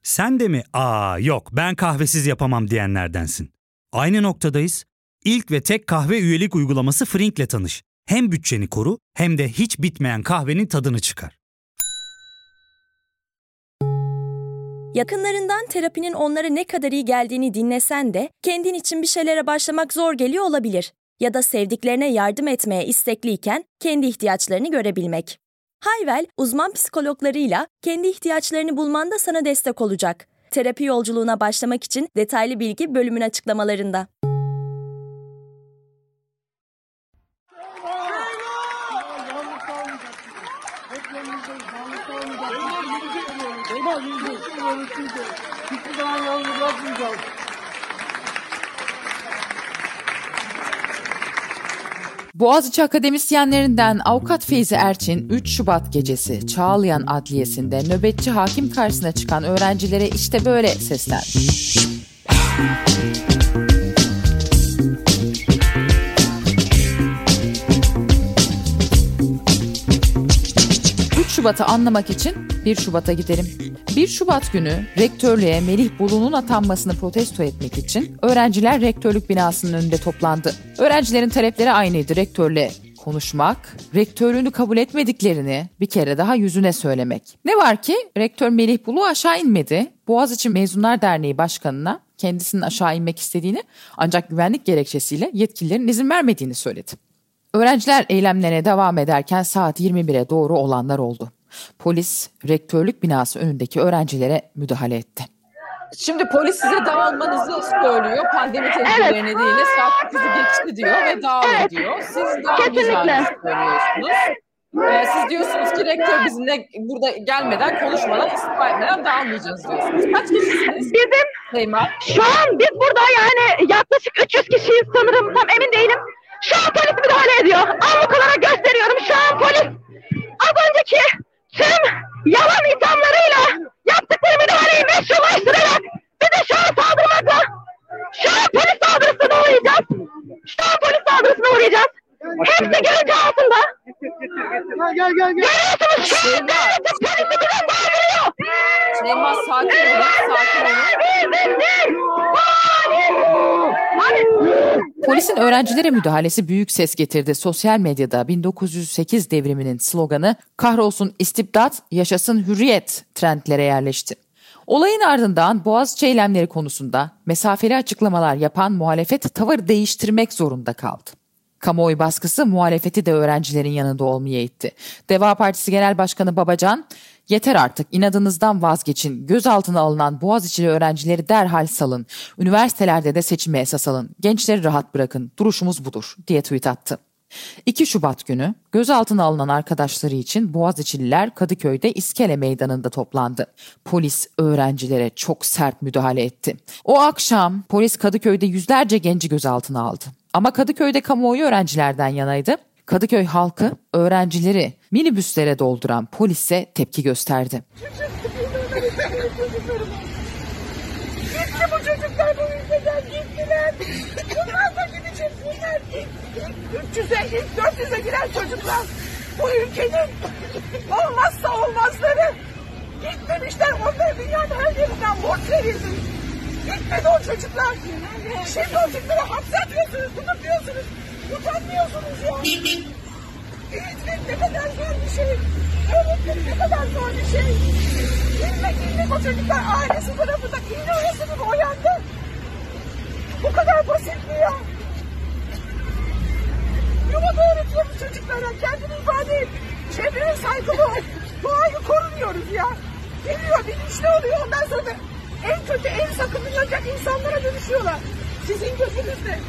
Sen de mi yok ben kahvesiz yapamam diyenlerdensin? Aynı noktadayız. İlk ve tek kahve üyelik uygulaması Frink'le tanış. Hem bütçeni koru hem de hiç bitmeyen kahvenin tadını çıkar. Yakınlarından terapinin onlara ne kadar iyi geldiğini dinlesen de kendin için bir şeylere başlamak zor geliyor olabilir. Ya da sevdiklerine yardım etmeye istekliyken kendi ihtiyaçlarını görebilmek. Hayvel, uzman psikologlarıyla kendi ihtiyaçlarını bulmanda sana destek olacak. Terapi yolculuğuna başlamak için detaylı bilgi bölümün açıklamalarında. Boğaziçi akademisyenlerinden Avukat Feyzi Erçin 3 Şubat gecesi Çağlayan Adliyesi'nde nöbetçi hakim karşısına çıkan öğrencilere işte böyle seslendi. 3 Şubat'ı anlamak için 1 Şubat'a gidelim. 1 Şubat günü rektörlüğe Melih Bulu'nun atanmasını protesto etmek için öğrenciler rektörlük binasının önünde toplandı. Öğrencilerin talepleri aynıydı: rektörle konuşmak, rektörlüğünü kabul etmediklerini bir kere daha yüzüne söylemek. Ne var ki rektör Melih Bulu aşağı inmedi. Boğaziçi Mezunlar Derneği Başkanı'na kendisinin aşağı inmek istediğini ancak güvenlik gerekçesiyle yetkililerin izin vermediğini söyledi. Öğrenciler eylemlerine devam ederken saat 21'e doğru olanlar oldu. Polis rektörlük binası önündeki öğrencilere müdahale etti. Şimdi polis size dağılmanızı söylüyor. Pandemi tedbirleri nedeniyle saat 9'u geçti diyor ve dağılın diyor. Siz dağılmayacağınızı söylüyorsunuz. Siz diyorsunuz ki rektör bizimle burada gelmeden, konuşmadan, istifa etmeden dağılmayacağız diyorsunuz. Kaç kişisiniz? Şu an biz burada yani yaklaşık 300 kişiyiz sanırım, tam emin değilim. Şu an polis müdahale ediyor. Anlık olarak gösteriyorum. Şu an polis az önceki tüm yalan ithamlarıyla yaptıkları müdahaleyi meşrulaştırarak bize şu an saldırmakla şu an polis saldırısına uğrayacağız. Şu an polis saldırısına uğrayacağız. Hepsi görüntü altında. Görüyorsunuz şu an devletin polisi bize saldırıyor. Şeyma sakin olun. Polisin öğrencilere müdahalesi büyük ses getirdi. Sosyal medyada 1908 devriminin sloganı "Kahrolsun istibdat, yaşasın hürriyet" trendlere yerleşti. Olayın ardından Boğaziçi eylemleri konusunda mesafeli açıklamalar yapan muhalefet tavır değiştirmek zorunda kaldı. Kamuoyu baskısı muhalefeti de öğrencilerin yanında olmaya itti. Deva Partisi Genel Başkanı Babacan, "Yeter artık, inadınızdan vazgeçin, gözaltına alınan Boğaziçi'li öğrencileri derhal salın, üniversitelerde de seçime esas alın, gençleri rahat bırakın, duruşumuz budur" diye tweet attı. 2 Şubat günü gözaltına alınan arkadaşları için Boğaziçi'liler Kadıköy'de İskele Meydanı'nda toplandı. Polis öğrencilere çok sert müdahale etti. O akşam polis Kadıköy'de yüzlerce genci gözaltına aldı. Ama Kadıköy'de kamuoyu öğrencilerden yanaydı. Kadıköy halkı öğrencileri minibüslere dolduran polise tepki gösterdi. Gitti bu çocuklar, bu ülkeden gittiler. Bunlar da gidecekler. İlk 300'e, ilk 400'e giren çocuklar bu ülkenin olmazsa olmazları. Gitmemişler, onlara dünyanın her yerinden borç verildi. Gitmedi o çocuklar. Şimdi o çocuklara hapse atıyorsunuz, tutuyorsunuz. Utanmıyorsunuz ya. Eğitmek ne kadar zor bir şey. Öğretmek ne kadar zor bir şey. İlmek o çocuklar ailesi tarafından iğne oyasını boyandı. Bu kadar basit mi ya? Yuvada öğretiyoruz çocuklara. Kendini ifade et. Çevreye saygılı ol. Doğayı korumuyoruz ya. Geliyor, bilinçli oluyor. Ondan sonra da en kötü, en sakınılacak insanlara dönüşüyorlar. Sizin gözünüzde.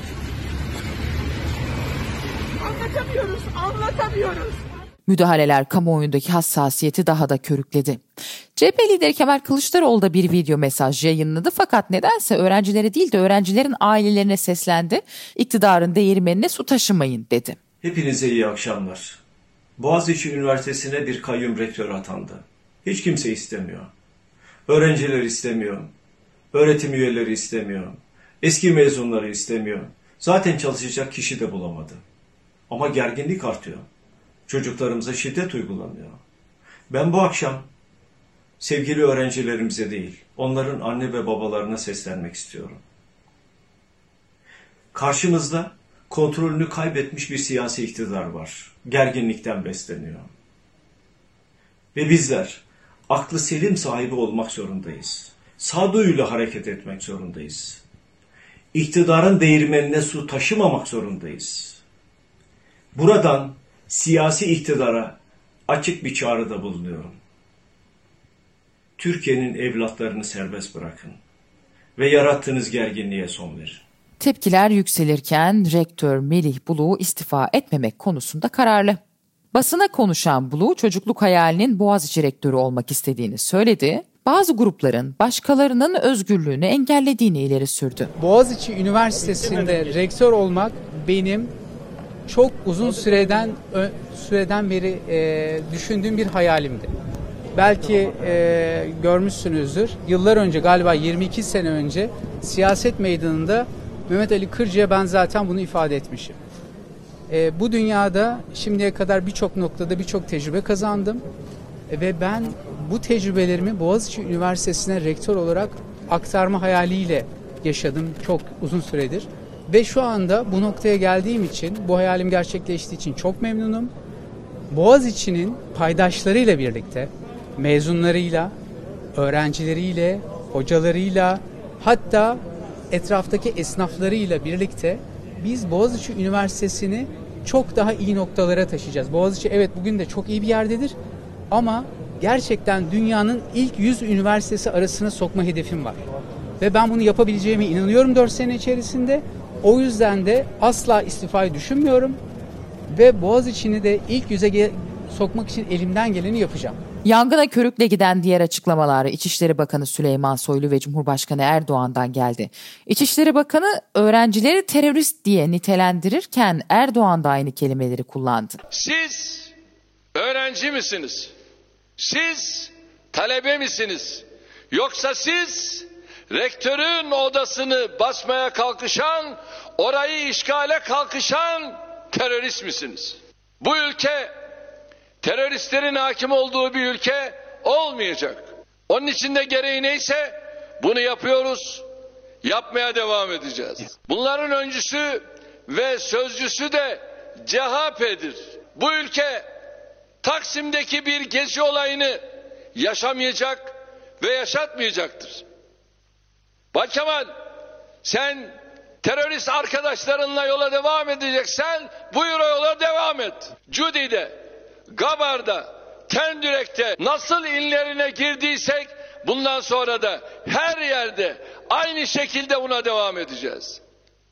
Anlatamıyoruz. Müdahaleler kamuoyundaki hassasiyeti daha da körükledi. CHP lideri Kemal Kılıçdaroğlu da bir video mesaj yayınladı, fakat nedense öğrencilere değil de öğrencilerin ailelerine seslendi. "İktidarın değirmenine su taşımayın" dedi. Hepinize iyi akşamlar. Boğaziçi Üniversitesi'ne bir kayyum rektör atandı. Hiç kimse istemiyor. Öğrenciler istemiyor. Öğretim üyeleri istemiyor. Eski mezunları istemiyor. Zaten çalışacak kişi de bulamadı. Ama gerginlik artıyor. Çocuklarımıza şiddet uygulanıyor. Ben bu akşam sevgili öğrencilerimize değil, onların anne ve babalarına seslenmek istiyorum. Karşımızda kontrolünü kaybetmiş bir siyasi iktidar var. Gerginlikten besleniyor. Ve bizler aklı selim sahibi olmak zorundayız. Sağduyuyla hareket etmek zorundayız. İktidarın değirmenine su taşımamak zorundayız. Buradan siyasi iktidara açık bir çağrıda bulunuyorum. Türkiye'nin evlatlarını serbest bırakın ve yarattığınız gerginliğe son verin. Tepkiler yükselirken rektör Melih Buluğ istifa etmemek konusunda kararlı. Basına konuşan Buluğ çocukluk hayalinin Boğaziçi rektörü olmak istediğini söyledi. Bazı grupların başkalarının özgürlüğünü engellediğini ileri sürdü. Boğaziçi Üniversitesi'nde rektör olmak benim çok uzun süreden beri düşündüğüm bir hayalimdi. Belki görmüşsünüzdür. Yıllar önce, galiba 22 sene önce siyaset meydanında Mehmet Ali Kırca'ya ben zaten bunu ifade etmişim. Bu dünyada şimdiye kadar birçok noktada birçok tecrübe kazandım. Ve ben bu tecrübelerimi Boğaziçi Üniversitesi'ne rektör olarak aktarma hayaliyle yaşadım çok uzun süredir. Ve şu anda bu noktaya geldiğim için, bu hayalim gerçekleştiği için çok memnunum. Boğaziçi'nin paydaşlarıyla birlikte, mezunlarıyla, öğrencileriyle, hocalarıyla, hatta etraftaki esnaflarıyla birlikte biz Boğaziçi Üniversitesi'ni çok daha iyi noktalara taşıyacağız. Boğaziçi evet bugün de çok iyi bir yerdedir ama gerçekten dünyanın ilk 100 üniversitesi arasına sokma hedefim var. Ve ben bunu yapabileceğime inanıyorum 4 sene içerisinde. O yüzden de asla istifayı düşünmüyorum ve Boğaziçi'ni de ilk 100'e sokmak için elimden geleni yapacağım. Yangına körükle giden diğer açıklamalar İçişleri Bakanı Süleyman Soylu ve Cumhurbaşkanı Erdoğan'dan geldi. İçişleri Bakanı öğrencileri terörist diye nitelendirirken Erdoğan da aynı kelimeleri kullandı. Siz öğrenci misiniz? Siz talebe misiniz? Yoksa siz rektörün odasını basmaya kalkışan, orayı işgale kalkışan terörist misiniz? Bu ülke teröristlerin hakim olduğu bir ülke olmayacak. Onun için de gereği neyse bunu yapıyoruz, yapmaya devam edeceğiz. Bunların öncüsü ve sözcüsü de CHP'dir. Bu ülke Taksim'deki bir gezi olayını yaşamayacak ve yaşatmayacaktır. Bak Kemal, sen terörist arkadaşlarınla yola devam edeceksen buyur o yola devam et. Cudi'de, Gabar'da, Kendürek'te nasıl inlerine girdiysek bundan sonra da her yerde aynı şekilde buna devam edeceğiz.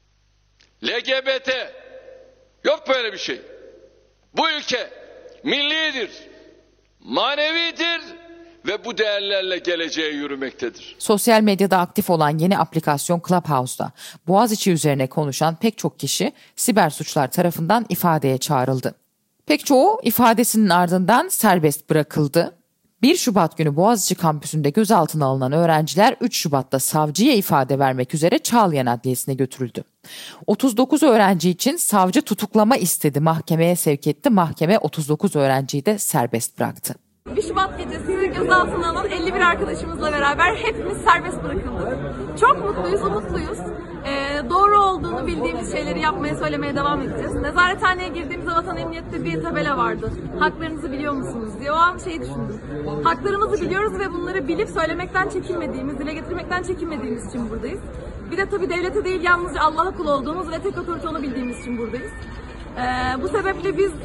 LGBT yok böyle bir şey. Bu ülke millidir, manevidir ve bu değerlerle geleceğe yürümektedir. Sosyal medyada aktif olan yeni aplikasyon Clubhouse'da Boğaziçi üzerine konuşan pek çok kişi siber suçlar tarafından ifadeye çağrıldı. Pek çoğu ifadesinin ardından serbest bırakıldı. 1 Şubat günü Boğaziçi kampüsünde gözaltına alınan öğrenciler 3 Şubat'ta savcıya ifade vermek üzere Çağlayan Adliyesi'ne götürüldü. 39 öğrenci için savcı tutuklama istedi, mahkemeye sevk etti. Mahkeme 39 öğrenciyi de serbest bıraktı. 1 Şubat gecesi gözaltına alınan 51 arkadaşımızla beraber hepimiz serbest bırakıldık. Çok mutluyuz, umutluyuz. Doğru olduğunu bildiğimiz şeyleri yapmaya, söylemeye devam edeceğiz. Nezarethaneye girdiğimizde Vatan Emniyet'te bir tabela vardı. Haklarınızı biliyor musunuz diye. O an şeyi düşündüm. Haklarımızı biliyoruz ve bunları bilip söylemekten çekinmediğimiz, dile getirmekten çekinmediğimiz için buradayız. Bir de tabii devlete değil yalnızca Allah'a kul olduğumuz ve tek otorite onu bildiğimiz için buradayız. Bu sebeple biz...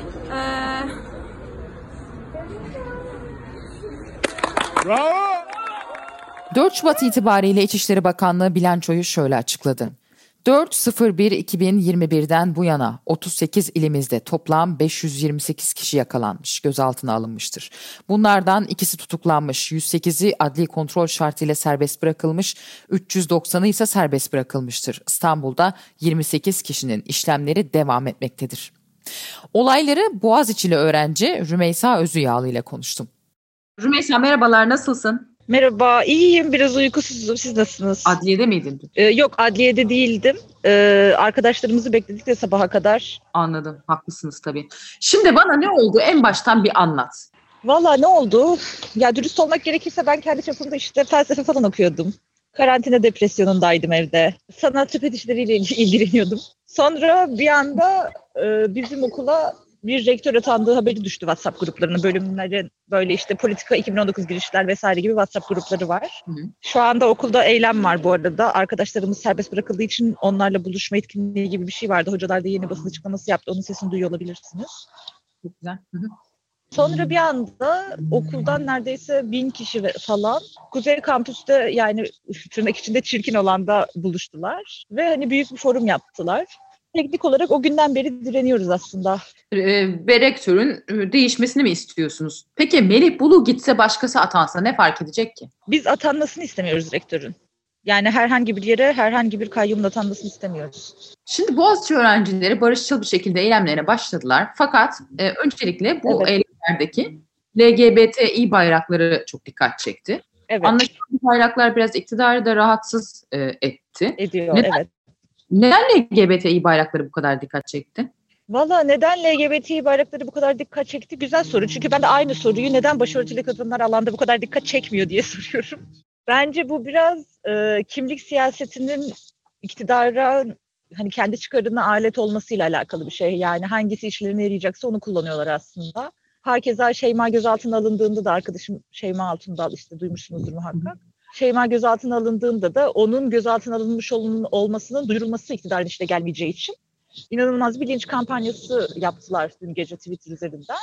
Bravo! 4 Şubat itibariyle İçişleri Bakanlığı bilançoyu şöyle açıkladı. 4.01.2021'den bu yana 38 ilimizde toplam 528 kişi yakalanmış, gözaltına alınmıştır. Bunlardan ikisi tutuklanmış, 108'i adli kontrol şartıyla serbest bırakılmış, 390'ı ise serbest bırakılmıştır. İstanbul'da 28 kişinin işlemleri devam etmektedir. Olayları Boğaziçi'li öğrenci Rümeysa Özüyağlı ile konuştum. Rümeysa merhabalar, nasılsın? Merhaba, iyiyim. Biraz uykusuzdum. Siz nasılsınız? Adliyede miydin? Yok, adliyede değildim. Arkadaşlarımızı bekledik de sabaha kadar. Anladım, haklısınız tabii. Şimdi bana ne oldu en baştan bir anlat. Valla ne oldu? Ya dürüst olmak gerekirse ben kendi çapımda işte felsefe falan okuyordum. Karantina depresyonundaydım evde. Sanat sepet işleriyle ilgileniyordum. Sonra bir anda bizim okula bir rektör atandığı haberi düştü WhatsApp gruplarına. Bölümlerin böyle işte politika 2019 girişler vesaire gibi WhatsApp grupları var. Şu anda okulda eylem var bu arada. Arkadaşlarımız serbest bırakıldığı için onlarla buluşma etkinliği gibi bir şey vardı. Hocalar da yeni basın açıklaması yaptı. Onun sesini duyuyor olabilirsiniz. Çok güzel. Sonra bir anda okuldan neredeyse 1000 kişi falan Kuzey Kampüs'te, yani tırnak içinde çirkin olanda buluştular. Ve hani büyük bir forum yaptılar. Teknik olarak o günden beri direniyoruz aslında. Ve rektörün değişmesini mi istiyorsunuz? Peki Melih Bulu gitse, başkası atansa ne fark edecek ki? Biz atanmasını istemiyoruz rektörün. Yani herhangi bir yere herhangi bir kayyumun atanmasını istemiyoruz. Şimdi Boğaziçi öğrencileri barışçıl bir şekilde eylemlerine başladılar. Fakat öncelikle bu eylemlerdeki LGBTİ bayrakları çok dikkat çekti. Evet. Anlaşılan bu bayraklar biraz iktidarı da rahatsız etti. Ediyor, evet. Neden LGBTİ bayrakları bu kadar dikkat çekti? Valla neden LGBT bayrakları bu kadar dikkat çekti? Güzel soru. Çünkü ben de aynı soruyu neden başörtülü kadınlar alanda bu kadar dikkat çekmiyor diye soruyorum. Bence bu biraz kimlik siyasetinin iktidara hani kendi çıkarına alet olmasıyla alakalı bir şey. Yani hangisi işlerine yarayacaksa onu kullanıyorlar aslında. Herkese Şeyma gözaltına alındığında da, arkadaşım Şeyma Altundal, işte duymuşsunuzdur muhakkak. Şeyma gözaltına alındığında da onun gözaltına alınmış olmasının duyurulması iktidarın işte gelmeyeceği için inanılmaz bir linç kampanyası yaptılar dün gece Twitter üzerinden.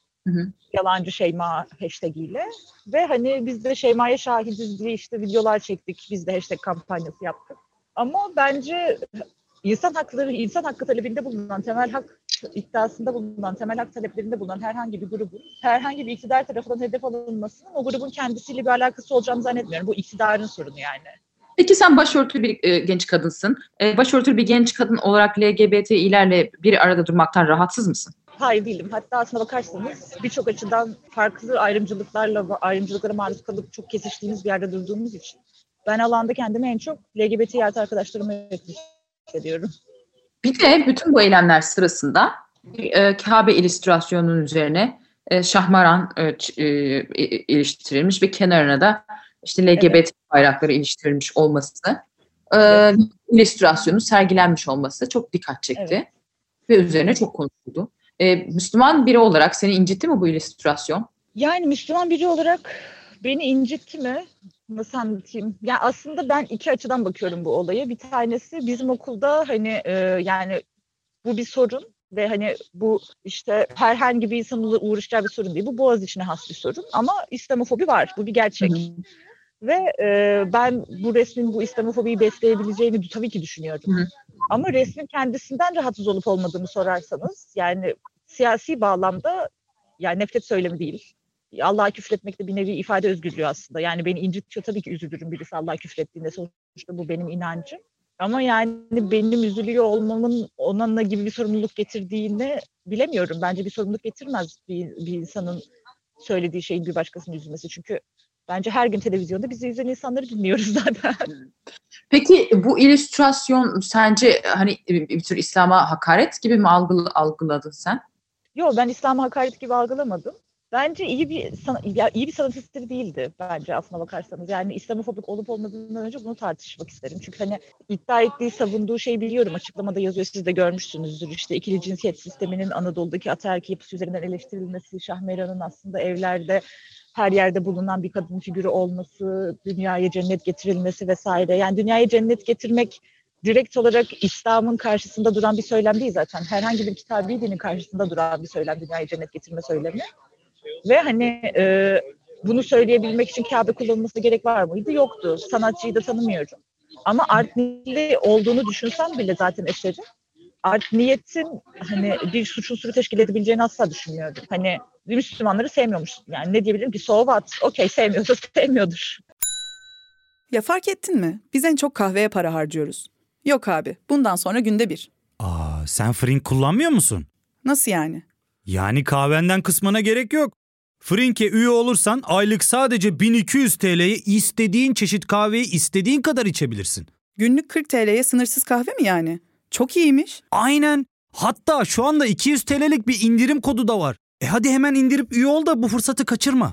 Yalancı Şeyma hashtag'iyle. Ve hani biz de Şeyma'ya şahidiz diye işte videolar çektik. Biz de hashtag kampanyası yaptık. Ama bence insan hakkı talebinde bulunan, temel hak iddiasında bulunan, temel hak taleplerinde bulunan herhangi bir grubun, herhangi bir iktidar tarafından hedef alınmasının o grubun kendisiyle bir alakası olacağını zannetmiyorum. Bu iktidarın sorunu yani. Peki sen başörtülü bir genç kadınsın. Başörtülü bir genç kadın olarak LGBTİ'lerle bir arada durmaktan rahatsız mısın? Hayır, değilim. Hatta aslına bakarsanız birçok açıdan farklı ayrımcılıklara maruz kalıp çok kesiştiğimiz bir yerde durduğumuz için ben alanda kendimi en çok LGBT artı arkadaşlarıma yakın hissediyorum. Bir de bütün bu eylemler sırasında Kabe illüstrasyonunun üzerine şahmaran iliştirilmiş ve kenarına da işte LGBT bayrakları iliştirilmiş olması, illüstrasyonun sergilenmiş olması çok dikkat çekti ve üzerine çok konuşuldu. Müslüman biri olarak seni incitti mi bu illüstrasyon? Yani Müslüman biri olarak beni incitti mi? Nasıl anlatayım? Ya aslında ben iki açıdan bakıyorum bu olaya. Bir tanesi bizim okulda hani yani bu bir sorun ve hani bu işte herhangi bir insanın uğraşacağı bir sorun değil. Bu Boğaziçi'ne has bir sorun ama İslamofobi var. Bu bir gerçek. Ve ben bu resmin bu İslamofobiyi besleyebileceğini tabii ki düşünüyorum. Ama resmin kendisinden rahatsız olup olmadığını sorarsanız, yani siyasi bağlamda, yani nefret söylemi değil. Allah'a küfretmek de bir nevi ifade özgürlüğü aslında. Yani beni incitiyor, tabii ki üzülürüm birisi Allah'a küfrettiğinde, sonuçta bu benim inancım. Ama yani benim üzülüyor olmamın onunla gibi bir sorumluluk getirdiğini bilemiyorum. Bence bir sorumluluk getirmez bir insanın söylediği şeyin bir başkasının üzülmesi. Çünkü bence her gün televizyonda bizi izleyen insanları dinliyoruz zaten. Peki bu illüstrasyon sence hani bir tür İslam'a hakaret gibi mi algıladın sen? Yok, ben İslam'a hakaret gibi algılamadım. Bence iyi bir sanat eseri değildi bence aslına bakarsanız. Yani İslamofobik olup olmadığından önce bunu tartışmak isterim. Çünkü hani iddia ettiği, savunduğu şeyi biliyorum. Açıklamada yazıyor, siz de görmüşsünüzdür. İşte ikili cinsiyet sisteminin Anadolu'daki ataerkil yapısı üzerinden eleştirilmesi, Şahmeran'ın aslında evlerde her yerde bulunan bir kadın figürü olması, dünyaya cennet getirilmesi vesaire. Yani dünyaya cennet getirmek direkt olarak İslam'ın karşısında duran bir söylem değil zaten. Herhangi bir kitabi dinin karşısında duran bir söylem, dünyaya cennet getirme söylemi. Ve hani bunu söyleyebilmek için Kabe kullanılması gerek var mıydı? Yoktu. Sanatçıyı da tanımıyorum. Ama art niyetli olduğunu düşünsem bile zaten eseri, art niyetin hani bir suç unsuru teşkil edebileceğini asla düşünmüyorum. Hani Müslümanları sevmiyormuş. Yani ne diyebilirim ki? So what? Okey, sevmiyorsa sevmiyordur. Ya fark ettin mi? Biz en çok kahveye para harcıyoruz. Yok abi, bundan sonra günde bir. Sen Frink kullanmıyor musun? Nasıl yani? Yani kahvenden kısmına gerek yok. Frink'e üye olursan aylık sadece 1200 TL'ye istediğin çeşit kahveyi istediğin kadar içebilirsin. Günlük 40 TL'ye sınırsız kahve mi yani? Çok iyiymiş. Aynen. Hatta şu anda 200 TL'lik bir indirim kodu da var. Hadi hemen indirip üye ol da bu fırsatı kaçırma.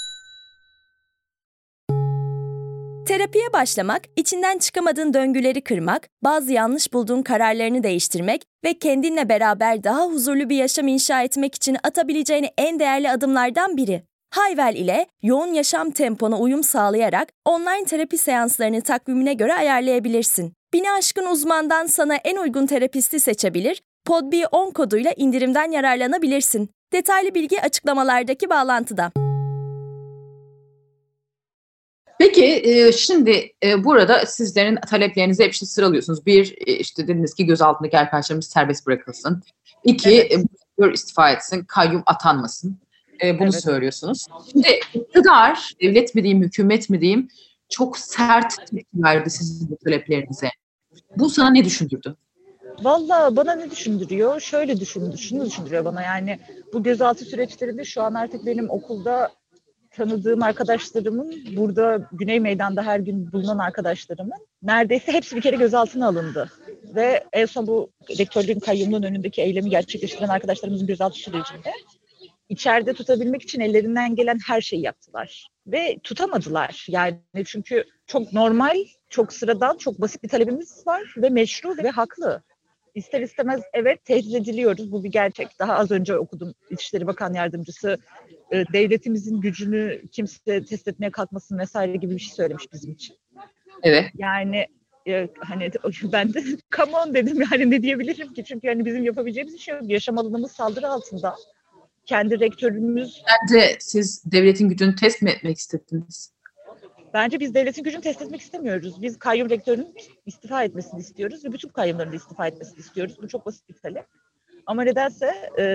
Terapiye başlamak, içinden çıkamadığın döngüleri kırmak, bazı yanlış bulduğun kararlarını değiştirmek ve kendinle beraber daha huzurlu bir yaşam inşa etmek için atabileceğin en değerli adımlardan biri. Hayvel ile yoğun yaşam tempona uyum sağlayarak online terapi seanslarını takvimine göre ayarlayabilirsin. 1000'i aşkın uzmandan sana en uygun terapisti seçebilir, PodB10 koduyla indirimden yararlanabilirsin. Detaylı bilgi açıklamalardaki bağlantıda. Peki şimdi burada sizlerin taleplerinizi hep işte sıralıyorsunuz. Bir, işte dediniz ki gözaltındaki arkadaşlarımız serbest bırakılsın. İki, bu istifa etsin, kayyum atanmasın. Bunu söylüyorsunuz. Şimdi iktidar, devlet mi diyeyim, hükümet mi diyeyim, çok sert tepki verdi sizin bu taleplerinize. Bu sana ne düşündürdü? Vallahi bana ne düşündürüyor? Şunu düşündürüyor bana, yani bu gözaltı süreçlerinde şu an artık benim okulda tanıdığım arkadaşlarımın, burada Güney Meydan'da her gün bulunan arkadaşlarımın neredeyse hepsi bir kere gözaltına alındı. Ve en son bu rektörlüğün kayyumluğun önündeki eylemi gerçekleştiren arkadaşlarımızın gözaltı sürecinde içeride tutabilmek için ellerinden gelen her şeyi yaptılar. Ve tutamadılar. Yani çünkü çok normal, çok sıradan, çok basit bir talebimiz var ve meşru ve haklı. İster istemez evet tehdit ediliyoruz. Bu bir gerçek. Daha az önce okudum, İçişleri Bakan Yardımcısı devletimizin gücünü kimse test etmeye kalkmasın vesaire gibi bir şey söylemiş bizim için. Evet. Yani hani ben de come on dedim, yani ne diyebilirim ki? Çünkü hani bizim yapabileceğimiz bir şey yok. Yaşam alanımız saldırı altında. Kendi rektörümüz... Bence siz devletin gücünü test mi etmek istediniz? Bence biz devletin gücünü test etmek istemiyoruz. Biz kayyum rektörünün istifa etmesini istiyoruz ve bütün kayyumların da istifa etmesini istiyoruz. Bu çok basit bir talep. Ama nedense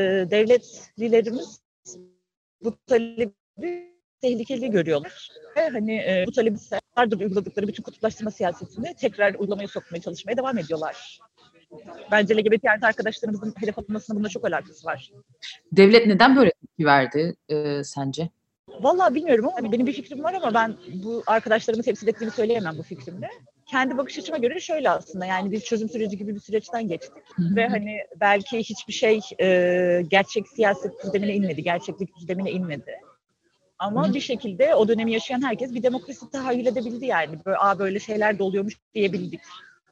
devletlilerimiz bu talebi tehlikeli görüyorlar. Ve hani bu talebi vardır uyguladıkları bütün kutuplaştırma siyasetini tekrar uygulamaya sokmaya çalışmaya devam ediyorlar. Bence LGBT artı arkadaşlarımızın hedef alınmasına bunda çok alakası var. Devlet neden böyle tepki verdi sence? Vallahi bilmiyorum ama benim bir fikrim var ama ben bu arkadaşlarımı temsil ettiğimi söyleyemem bu fikrimle. Kendi bakış açıma göre şöyle aslında, yani biz çözüm süreci gibi bir süreçten geçtik. Ve hani belki hiçbir şey gerçek siyaset düzlemine inmedi, gerçeklik düzlemine inmedi. Ama bir şekilde o dönemi yaşayan herkes bir demokrasi tahayyül edebildi yani. Böyle şeyler de oluyormuş diyebildik.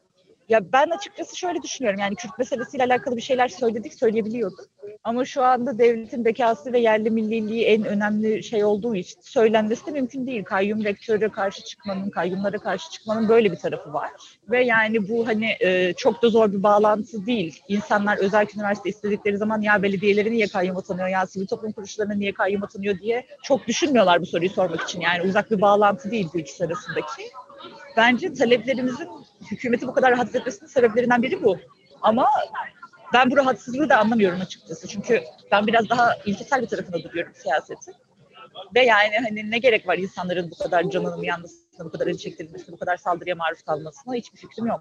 Ya ben açıkçası şöyle düşünüyorum, yani Kürt meselesiyle alakalı bir şeyler söyleyebiliyorduk. Ama şu anda devletin bekası ve yerli milliliği en önemli şey olduğu için söylenmesi de mümkün değil. Kayyum rektöre karşı çıkmanın, kayyumlara karşı çıkmanın böyle bir tarafı var. Ve yani bu hani çok da zor bir bağlantı değil. İnsanlar özerk üniversite istedikleri zaman ya belediyeleri niye kayyum atanıyor, ya sivil toplum kuruluşlarına niye kayyum atanıyor diye çok düşünmüyorlar bu soruyu sormak için. Yani uzak bir bağlantı değil bu ikisi arasındaki. Bence taleplerimizin hükümeti bu kadar rahatsız etmesinin sebeplerinden biri bu. Ama ben bu rahatsızlığı da anlamıyorum açıkçası. Çünkü ben biraz daha ilkesel bir tarafında duruyorum siyasetin. Ve yani hani ne gerek var insanların bu kadar canının yanmasına, bu kadar acı çektirilmesine, bu kadar saldırıya maruz kalmasına, hiçbir fikrim yok.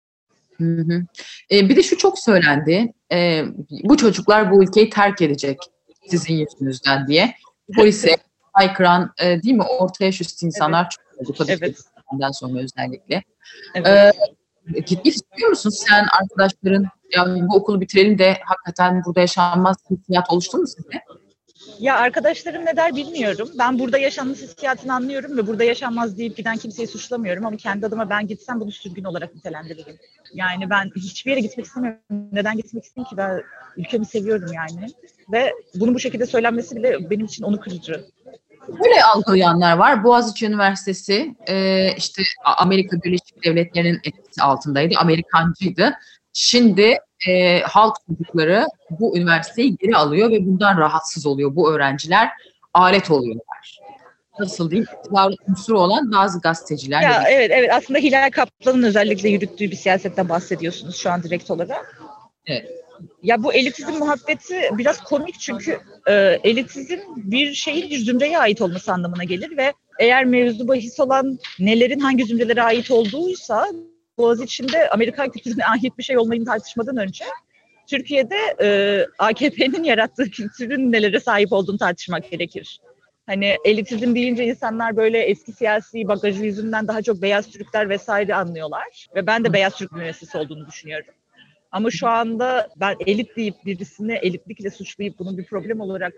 Bir de şu çok söylendi. Bu çocuklar bu ülkeyi terk edecek sizin yüzünüzden diye. Polise haykıran değil mi? Orta yaş üstü insanlar çok oldu. Tabii evet. Ondan sonra özellikle. Evet. Gitmek istiyor musun sen, arkadaşların? Yani bu okulu bitirelim de hakikaten burada yaşanmaz hissiyat oluştu mu size? Ya arkadaşlarım ne der bilmiyorum. Ben burada yaşanmış hissiyatını anlıyorum ve burada yaşanmaz deyip giden kimseyi suçlamıyorum. Ama kendi adıma ben gitsem bunu sürgün olarak nitelendiririm. Yani ben hiçbir yere gitmek istemiyorum. Neden gitmek isteyeyim ki? Ben ülkemi seviyorum yani. Ve bunun bu şekilde söylenmesi bile benim için onu kırıcı. Böyle algılayanlar var. Boğaziçi Üniversitesi işte Amerika Birleşik Devletleri'nin etkisi altındaydı. Amerikancıydı. Şimdi halk çocukları bu üniversiteyi geri alıyor ve bundan rahatsız oluyor. Bu öğrenciler alet oluyorlar. Nasıl diyeyim? İktidarın unsuru olan bazı gazeteciler. Ya evet aslında Hilal Kaplan'ın özellikle yürüttüğü bir siyasetten bahsediyorsunuz şu an direkt olarak. Evet. Ya bu elitizm muhabbeti biraz komik çünkü elitizm bir şeyin bir zümreye ait olması anlamına gelir ve eğer mevzu bahis olan nelerin hangi zümrelere ait olduğuysa Boğaziçi'nde Amerikan kültürüne ait bir şey olmayı tartışmadan önce Türkiye'de AKP'nin yarattığı kültürün nelere sahip olduğunu tartışmak gerekir. Hani elitizm deyince insanlar böyle eski siyasi bagajı yüzünden daha çok beyaz Türkler vesaire anlıyorlar ve ben de beyaz Türk müessesi olduğunu düşünüyorum. Ama şu anda ben elit deyip birisini elitlikle suçlayıp bunun bir problem olarak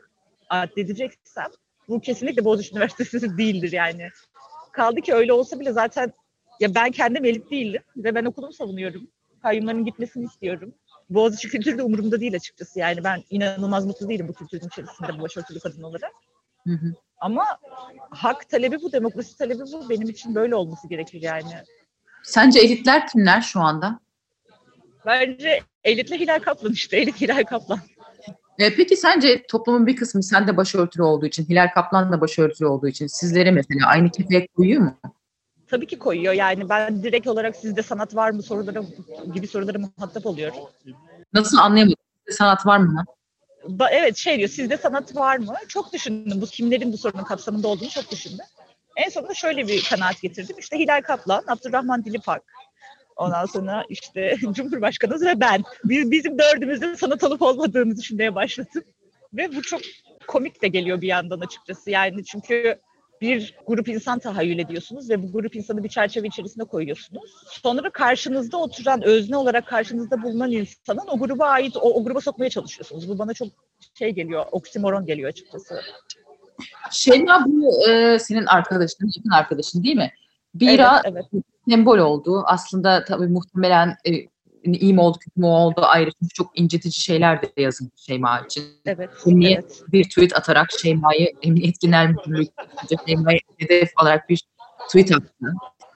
addedeceksem bu kesinlikle Boğaziçi Üniversitesi değildir yani. Kaldı ki öyle olsa bile zaten ya ben kendim elit değilim ve ben okulumu savunuyorum. Kayyumların gitmesini istiyorum. Boğaziçi kültürü de umurumda değil açıkçası. Yani ben inanılmaz mutlu değilim bu kültürün içerisinde başörtülü kadın olarak. Hı hı. Ama hak talebi bu, demokrasi talebi bu. Benim için böyle olması gerekir yani. Sence elitler kimler şu anda? Bence elitle Hilal Kaplan işte. Elit Hilal Kaplan. Peki sence toplumun bir kısmı, sen de başörtülü olduğu için, Hilal Kaplan da başörtülü olduğu için sizleri mesela aynı kefeye koyuyor mu? Tabii ki koyuyor. Yani ben direkt olarak sizde sanat var mı gibi sorulara muhatap oluyorum. Nasıl, anlayamadım. Sizde sanat var mı? Evet diyor, sizde sanat var mı? Çok düşündüm. Kimlerin bu sorunun kapsamında olduğunu çok düşündüm. En sonunda şöyle bir kanaat getirdim. İşte Hilal Kaplan, Abdurrahman Dilipak. Ondan sonra işte Cumhurbaşkanımız ve ben. Bizim dördümüzün sanat olup olmadığını düşünmeye başladım. Ve bu çok komik de geliyor bir yandan açıkçası. Yani çünkü bir grup insan tahayyül ediyorsunuz ve bu grup insanı bir çerçeve içerisinde koyuyorsunuz. Sonra karşınızda oturan, özne olarak karşınızda bulunan insanın o gruba ait, o gruba sokmaya çalışıyorsunuz. Bu bana çok geliyor, oksimoron geliyor açıkçası. Şeyma, bu senin arkadaşın, yakın arkadaşın değil mi? Bira evet. Sembol oldu. Aslında tabii muhtemelen iyi mi oldu, kötü mü oldu ayrı. Çünkü çok incitici şeyler de yazılmış Şeyma için. Evet. Emniyet bir tweet atarak Şeyma'yı, Emniyet Genel Müdürlüğü Şeyma'yı hedef alarak bir tweet attı.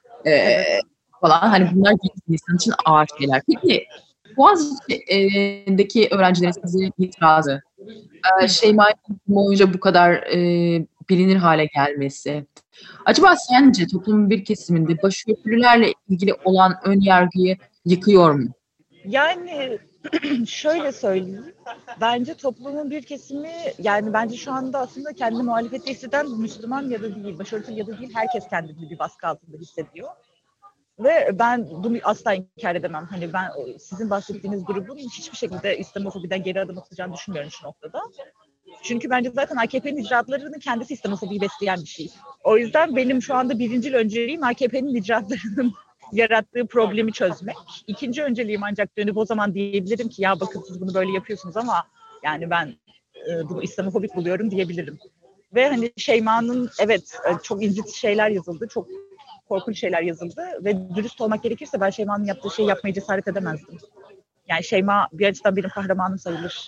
Falan. Hani bunlar bir insan için ağır şeyler. Peki Boğaziçi'ndeki öğrencilerin size itirazı, Şeyma'nın boyunca bu kadar bilinir hale gelmesi. Acaba sence toplumun bir kesiminde başörtülülerle ilgili olan ön yargıyı yıkıyor mu? Yani şöyle söyleyeyim. Bence toplumun bir kesimi, yani bence şu anda aslında kendini muhalefette hisseden Müslüman ya da değil, başörtülü ya da değil, herkes kendini bir baskı altında hissediyor. Ve ben bunu asla inkar edemem. Hani ben sizin bahsettiğiniz grubun hiçbir şekilde İslamofobiden geri adım atacağını düşünmüyorum şu noktada. Çünkü bence zaten AKP'nin icraatlarını kendisi İslamofobiyi besleyen bir şey. O yüzden benim şu anda birincil önceliğim AKP'nin icraatlarının yarattığı problemi çözmek. İkinci önceliğim ancak dönüp o zaman diyebilirim ki ya bakın siz bunu böyle yapıyorsunuz ama yani ben bunu İslamofobik buluyorum diyebilirim. Ve hani Şeyma'nın evet çok incitici şeyler yazıldı, çok korkunç şeyler yazıldı ve dürüst olmak gerekirse ben Şeyma'nın yaptığı şeyi yapmaya cesaret edemezdim. Yani Şeyma bir açıdan benim kahramanım sayılır.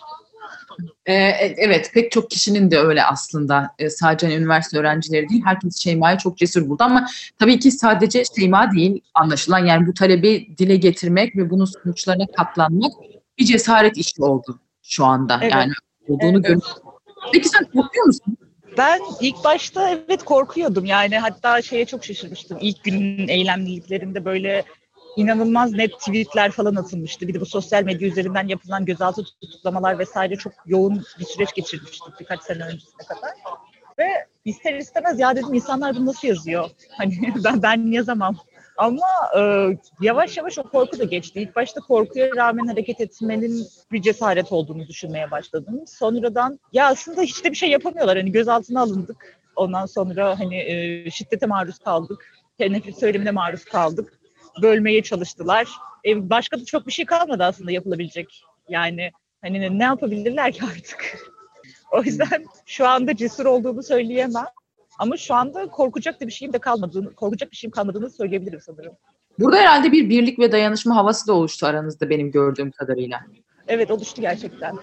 Evet, pek çok kişinin de öyle aslında. Sadece üniversite öğrencileri değil, herkes Şeyma'yı çok cesur buldu ama tabii ki sadece Şeyma değil anlaşılan. Yani bu talebi dile getirmek ve bunun sonuçlarına katlanmak bir cesaret işi oldu şu anda. Evet. Yani olduğunu görüyoruz. Peki sen korkuyor musun? Ben ilk başta evet korkuyordum. Yani hatta şeye çok şaşırmıştım. İlk günün eylemliliklerinde böyle inanılmaz net tweetler falan atılmıştı. Bir de bu sosyal medya üzerinden yapılan gözaltı tutuklamalar vesaire çok yoğun bir süreç geçirmiştik birkaç sene öncesine kadar. Ve ister istemez ya dedim insanlar bunu nasıl yazıyor? Hani ben yazamam. Ama yavaş yavaş o korku da geçti. İlk başta korkuya rağmen hareket etmenin bir cesaret olduğunu düşünmeye başladım. Sonradan ya aslında hiç de bir şey yapamıyorlar. Hani gözaltına alındık. Ondan sonra hani şiddete maruz kaldık. Nefret söylemine maruz kaldık. Bölmeye çalıştılar. Başka da çok bir şey kalmadı aslında yapılabilecek. Yani hani ne yapabilirler ki artık? O yüzden şu anda cesur olduğumu söyleyemem. Ama şu anda korkacak bir şeyim kalmadığını söyleyebilirim sanırım. Burada herhalde bir birlik ve dayanışma havası da oluştu aranızda benim gördüğüm kadarıyla. Evet, oluştu gerçekten.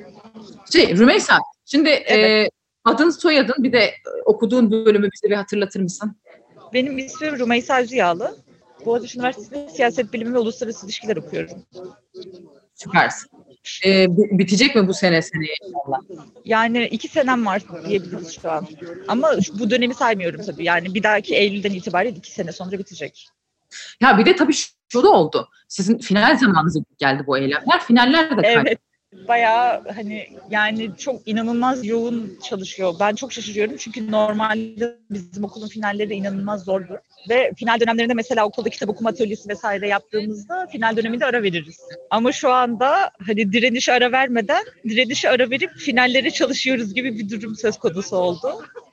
Rümeysa, şimdi evet. Adın, soyadın, bir de okuduğun bölümü bize bir hatırlatır mısın? Benim ismim Rümeysa Özüyağlı. Boğaziçi Üniversitesi'nde siyaset bilimi ve uluslararası ilişkiler okuyorum. Süpersin. Bitecek mi bu seneye inşallah? Yani 2 senem var diyebiliriz şu an. Ama bu dönemi saymıyorum tabii. Yani bir dahaki Eylül'den itibaren 2 sene sonra bitecek. Ya bir de tabii şu da oldu. Sizin final zamanınıza geldi bu eylemler. Finaller de kaydı. Evet. Bayağı hani yani çok inanılmaz yoğun çalışıyor. Ben çok şaşırıyorum çünkü normalde bizim okulun finalleri de inanılmaz zordu. Ve final dönemlerinde mesela okulda kitap okuma atölyesi vesaire yaptığımızda final döneminde ara veririz. Ama şu anda hani direnişe ara verip finallere çalışıyoruz gibi bir durum söz konusu oldu.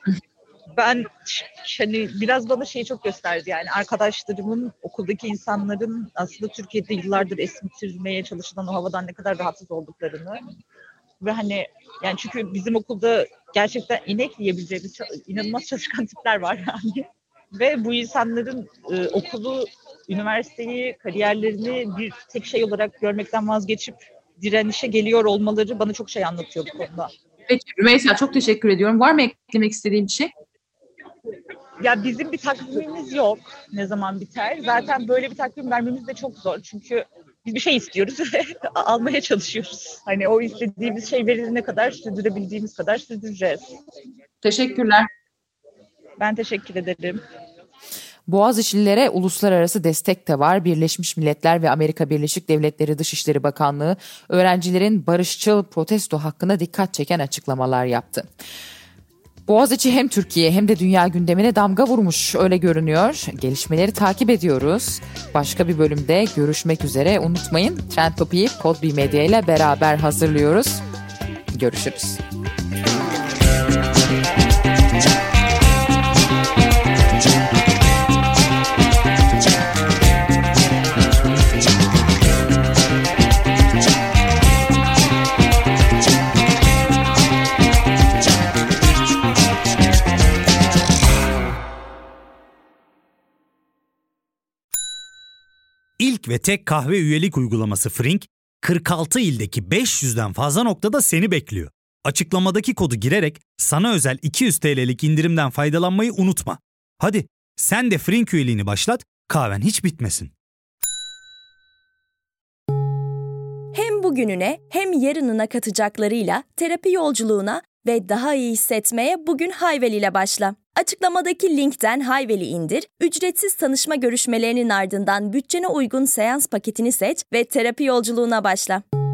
Ben hani biraz bana şeyi çok gösterdi yani arkadaşlarımın, okuldaki insanların aslında Türkiye'de yıllardır esmitirmeye çalışılan o havadan ne kadar rahatsız olduklarını ve hani yani çünkü bizim okulda gerçekten inek yiyebileceğimiz inanılmaz çalışkan tipler var yani. Ve bu insanların okulu, üniversiteyi, kariyerlerini bir tek şey olarak görmekten vazgeçip direnişe geliyor olmaları bana çok şey anlatıyor bu konuda. Peki Rümeysa, çok teşekkür ediyorum. Var mı eklemek istediğin bir şey? Ya bizim bir takvimimiz yok. Ne zaman biter? Zaten böyle bir takvim vermemiz de çok zor. Çünkü biz bir şey istiyoruz ve almaya çalışıyoruz. Hani o istediğimiz şey verilene kadar, sürdürebildiğimiz kadar sürdüreceğiz. Teşekkürler. Ben teşekkür ederim. Boğaziçi'lilere uluslararası destek de var. Birleşmiş Milletler ve Amerika Birleşik Devletleri Dışişleri Bakanlığı öğrencilerin barışçıl protesto hakkında dikkat çeken açıklamalar yaptı. Boğaziçi hem Türkiye hem de dünya gündemine damga vurmuş, öyle görünüyor. Gelişmeleri takip ediyoruz. Başka bir bölümde görüşmek üzere. Unutmayın, Trend Topi'yi Podbi Medya ile beraber hazırlıyoruz. Görüşürüz. İlk ve tek kahve üyelik uygulaması Frink, 46 ildeki 500'den fazla noktada seni bekliyor. Açıklamadaki kodu girerek sana özel 200 TL'lik indirimden faydalanmayı unutma. Hadi sen de Frink üyeliğini başlat, kahven hiç bitmesin. Hem bugününe hem yarınına katacaklarıyla terapi yolculuğuna ve daha iyi hissetmeye bugün Hayvel ile başla. Açıklamadaki linkten Hayvel'i indir, ücretsiz tanışma görüşmelerinin ardından bütçene uygun seans paketini seç ve terapi yolculuğuna başla.